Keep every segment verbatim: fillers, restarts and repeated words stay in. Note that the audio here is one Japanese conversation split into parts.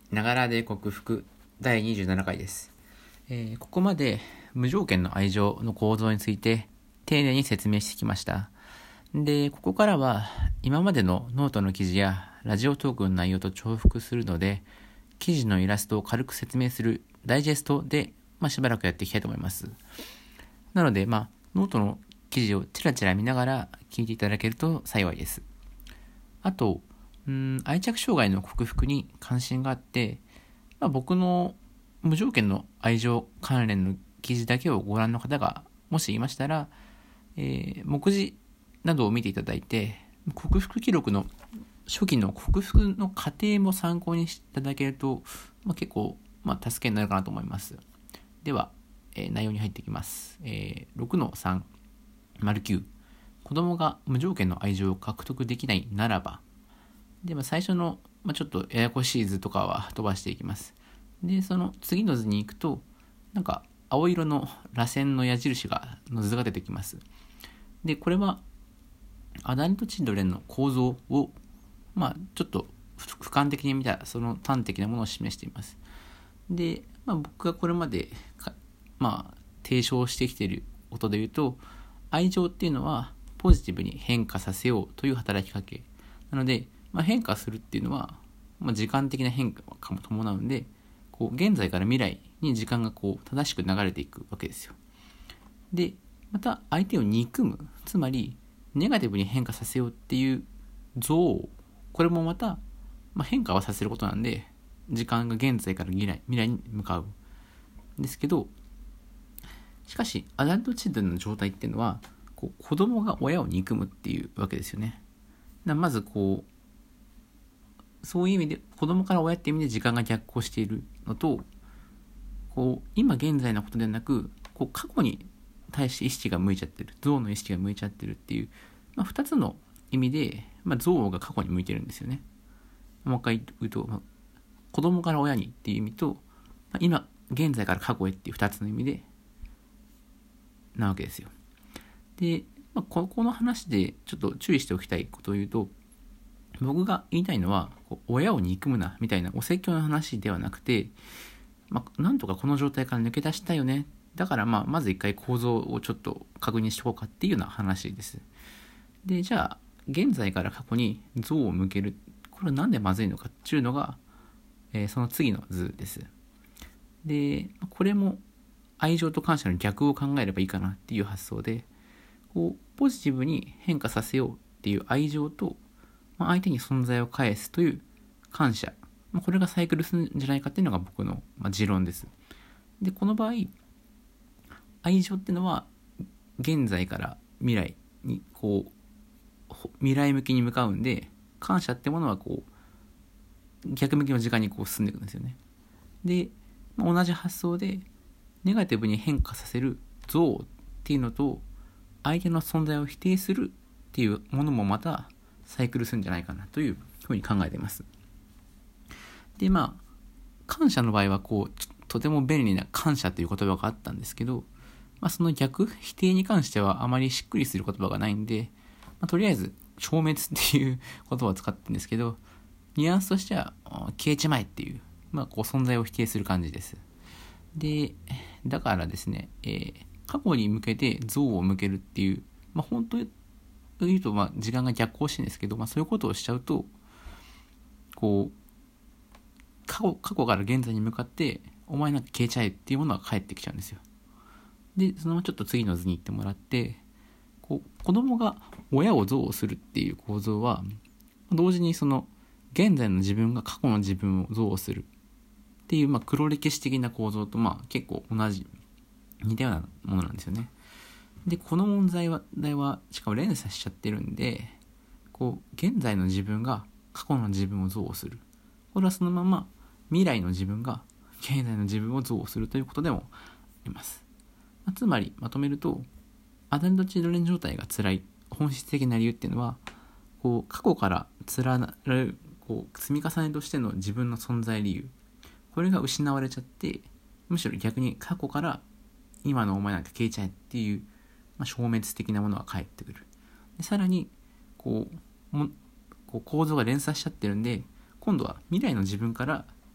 ながらで克服だいにじゅうななかいです、えー、ここまで無条件の愛情の構造について丁寧に説明してきました。で、ここからは今までのノートの記事やラジオトークの内容と重複するので、記事のイラストを軽く説明するダイジェストで、まあ、しばらくやっていきたいと思います。なので、まあ、ノートの記事をチラチラ見ながら聞いていただけると幸いです。あと、うーん愛着障害の克服に関心があって、まあ、僕の無条件の愛情関連の記事だけをご覧の方がもしいましたら、えー、目次などを見ていただいて、克服記録の初期の克服の過程も参考にしていただけると、まあ、結構、まあ、助けになるかなと思います。では、えー、内容に入っていきます。えー、ろくのさん、きゅう、子供が無条件の愛情を獲得できないならば。で、まあ、最初の、まあ、ちょっとややこしい図とかは飛ばしていきます。で、その次の図に行くと、なんか青色の螺旋の矢印がの図が出てきます。で、これはアダルトチルドレンの構造を、まあ、ちょっと俯瞰的に見たその端的なものを示しています。で、まあ、僕がこれまでまあ、提唱してきていることで言うと、愛情っていうのはポジティブに変化させようという働きかけなので、まあ、変化するっていうのは、まあ、時間的な変化も伴うんで、こう現在から未来に時間がこう正しく流れていくわけですよ。で、また相手を憎む、つまりネガティブに変化させようっていう像、これもまた、まあ、変化はさせることなんで、時間が現在から未来未来に向かうんですけど、しかしアダルトチルドレンの状態っていうのは、こう子供が親を憎むっていうわけですよね。だまずこうそういう意味で子供から親っていう意味で時間が逆行しているのと、こう今現在のことではなく、こう過去に対して意識が向いちゃってる、憎悪の意識が向いちゃってるっていう、まあ、ふたつの意味で、まあ、憎悪が過去に向いてるんですよね。もう一回言うと、まあ、子供から親にっていう意味と、まあ、今現在から過去へっていうふたつの意味でなわけですよ。で、まあ、ここの話でちょっと注意しておきたいことを言うと、僕が言いたいのは、こう親を憎むなみたいなお説教の話ではなくて、まあ、なんとかこの状態から抜け出したいよね。だからまあまず一回構造をちょっと確認しておこうかっていうような話です。で、じゃあ現在から過去に像を向ける、これはなんでまずいのかっていうのが、えー、その次の図です。で、これも愛情と感謝の逆を考えればいいかなっていう発想で、こうポジティブに変化させようっていう愛情と、まあ、相手に存在を返すという感謝、まあ、これがサイクルするんじゃないかっていうのが僕の、まあ、持論です。で、この場合愛情っていうのは現在から未来にこう未来向きに向かうんで、感謝ってものはこう逆向きの時間にこう進んでいくんですよね。で、まあ、同じ発想でネガティブに変化させる像っていうのと、相手の存在を否定するっていうものもまたサイクルするんじゃないかなというふうに考えています。で、まあ感謝の場合はこうとても便利な感謝という言葉があったんですけど、まあ、その逆、否定に関してはあまりしっくりする言葉がないんで、まあ、とりあえず消滅っていう言葉を使ってるんですけど、ニュアンスとしては消えちまえっていう、まあ、こう存在を否定する感じです。で、だからですね、えー、過去に向けて像を向けるっていう、まあ、本当に言うとまあ時間が逆行してるんですけど、まあ、そういうことをしちゃうと、こう過去、過去から現在に向かってお前なんか消えちゃえっていうものが返ってきちゃうんですよ。で、そのままちょっと次の図に行ってもらって、こう子供が親を憎悪するっていう構造は、同時にその現在の自分が過去の自分を憎悪するっていう、まあ、黒歴史的な構造とまあ結構同じ似たようなものなんですよね。で、この問題は題はしかも連鎖しちゃってるんで、こう現在の自分が過去の自分を憎悪する、これはそのまま未来の自分が現在の自分を憎悪するということでもあります。まあ、つまりまとめると、アダルトチルドレン状態が辛い本質的な理由っていうのは、こう過去から連なるこう積み重ねとしての自分の存在理由、これが失われちゃって、むしろ逆に過去から今のお前なんか消えちゃえっていう、まあ、消滅的なものが返ってくる。でさらにこうもこう構造が連鎖しちゃってるんで、今度は未来の自分から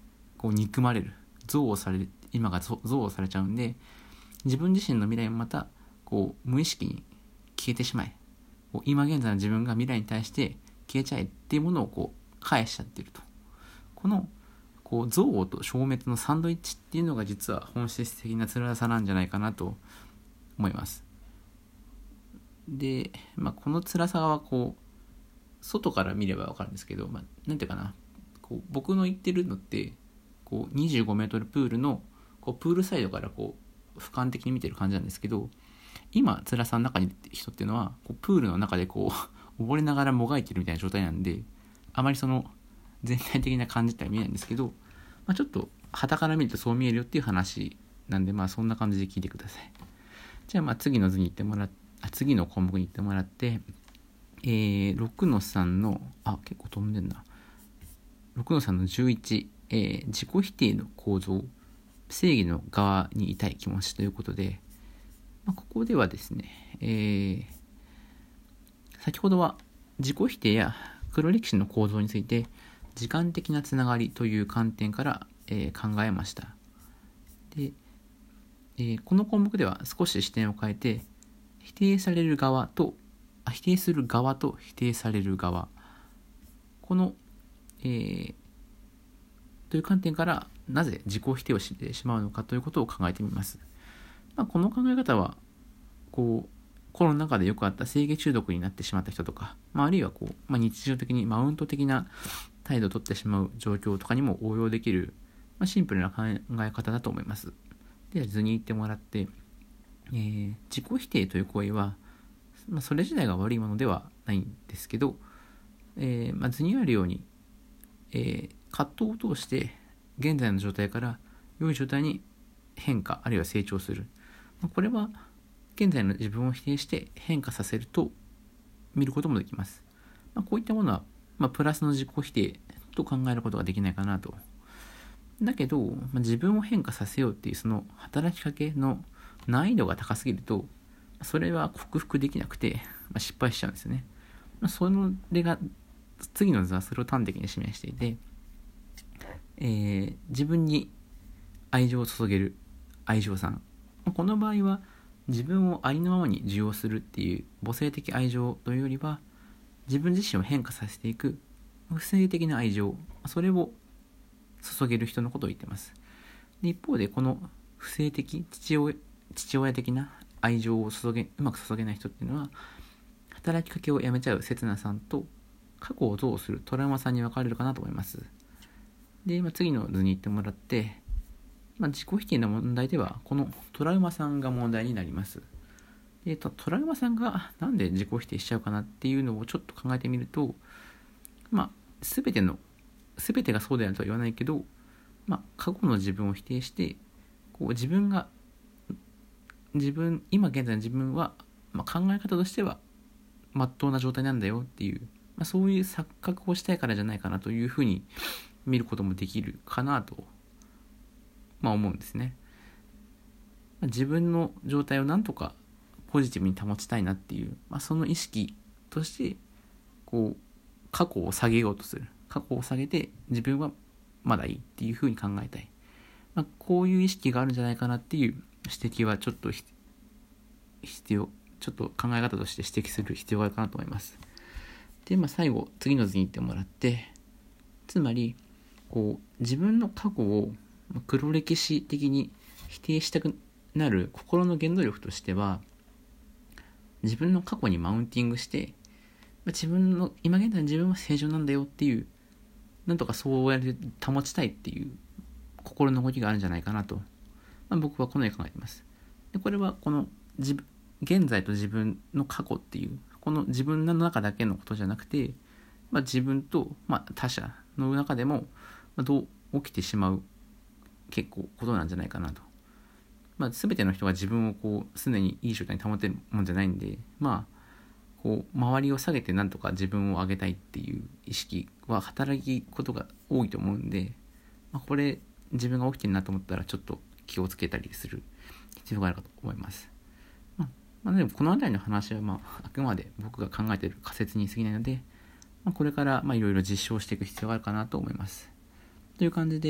こう憎まれる、憎悪される、今が憎悪されちゃうんで、自分自身の未来もまたこう無意識に消えてしまえ、こう今現在の自分が未来に対して消えちゃえっていうものをこう返しちゃってると。このこう憎悪と消滅のサンドイッチっていうのが実は本質的な辛さなんじゃないかなと思います。で、まあ、この辛さはこう外から見れば分かるんですけど、まあ、なんていうかな、こう僕の言ってるのってこうにじゅうごメートルプールのこうプールサイドからこう俯瞰的に見てる感じなんですけど、今辛さの中にいる人っていうのはこうプールの中でこう溺れながらもがいてるみたいな状態なんで、あまりその全体的な感じっては見えないんですけど、まあ、ちょっと傍から見るとそう見えるよっていう話なんで、まあそんな感じで聞いてください。じゃあまあ次の図に行ってもらっあ次の項目に行ってもらって、えー、ろくのさんのあ結構飛んでんなろくのさんのじゅういち、えー、自己否定の構造、正義の側にいたい気持ちということで、まあ、ここではですね、えー、先ほどは自己否定や黒歴史の構造について時間的なつながりという観点から、えー、考えました。で、えー、この項目では少し視点を変えて、否定される側とあ否定する側と否定される側、この、えー、という観点からなぜ自己否定をしてしまうのかということを考えてみます。まあ、この考え方はこうコロナ禍でよくあった生理中毒になってしまった人とか、まあ、あるいはこう、まあ、日常的にマウント的な態度をとってしまう状況とかにも応用できる、まあ、シンプルな考え方だと思います。では図に行ってもらって、えー、自己否定という行為は、まあ、それ自体が悪いものではないんですけど、えーまあ、図にあるように、えー、葛藤を通して現在の状態から良い状態に変化あるいは成長する、まあ、これは現在の自分を否定して変化させると見ることもできます。まあ、こういったものは、まあ、プラスの自己否定と考えることができないかなと。だけど、まあ、自分を変化させようっていうその働きかけの難易度が高すぎると、それは克服できなくて、まあ、失敗しちゃうんですよね。まあ、それが次の図はそれを端的に示していて、えー、自分に愛情を注げる愛情さん、この場合は自分をありのままに受容するっていう母性的愛情というよりは、自分自身を変化させていく不正的な愛情、それを注げる人のことを言ってます。で一方でこの不正的父親、父親的な愛情を注げうまく注げない人っていうのは、働きかけをやめちゃう刹那さんと過去をどうするトラウマさんに分かれるかなと思います。で、まあ、次の図に行ってもらって、まあ、自己否定の問題ではこのトラウマさんが問題になります。でトラウマさんがなんで自己否定しちゃうかなっていうのをちょっと考えてみると、まあ全ての全てがそうであるとは言わないけど、まあ、過去の自分を否定してこう自分が自分今現在の自分は、まあ、考え方としては真っ当な状態なんだよっていう、まあ、そういう錯覚をしたいからじゃないかなというふうに見ることもできるかなと、まあ、思うんですね。まあ、自分の状態をなんとかポジティブに保ちたいなっていう、まあ、その意識としてこう過去を下げようとする、過去を下げて自分はまだいいっていうふうに考えたい、まあ、こういう意識があるんじゃないかなっていう指摘はちょっと必要ちょっと考え方として指摘する必要があるかなと思います。で、まあ、最後次の図に行ってもらって、つまりこう自分の過去を黒歴史的に否定したくなる心の原動力としては、自分の過去にマウンティングして自分の今現在の自分は正常なんだよっていう、なんとかそうやって保ちたいっていう心の動きがあるんじゃないかなと、まあ、僕はこのように考えています。でこれはこの自分現在と自分の過去っていうこの自分の中だけのことじゃなくて、まあ、自分と、まあ、他者の中でもどう起きてしまう結構ことなんじゃないかなと。まあ、全ての人が自分をこう常にいい状態に保てるもんじゃないんで、まあこう周りを下げてなんとか自分を上げたいっていう意識は働きことが多いと思うんで、まあ、これ自分が起きてるなと思ったらちょっと気をつけたりする必要があるかと思います。まあ、まあ、でもこの辺りの話は、まあ、あくまで僕が考えている仮説に過ぎないので、まあ、これからいろいろ実証していく必要があるかなと思います。という感じで、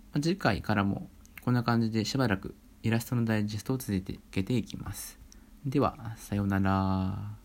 あ、次回からもこんな感じでしばらくイラストのダイジェストを続けていきます。では、さようなら。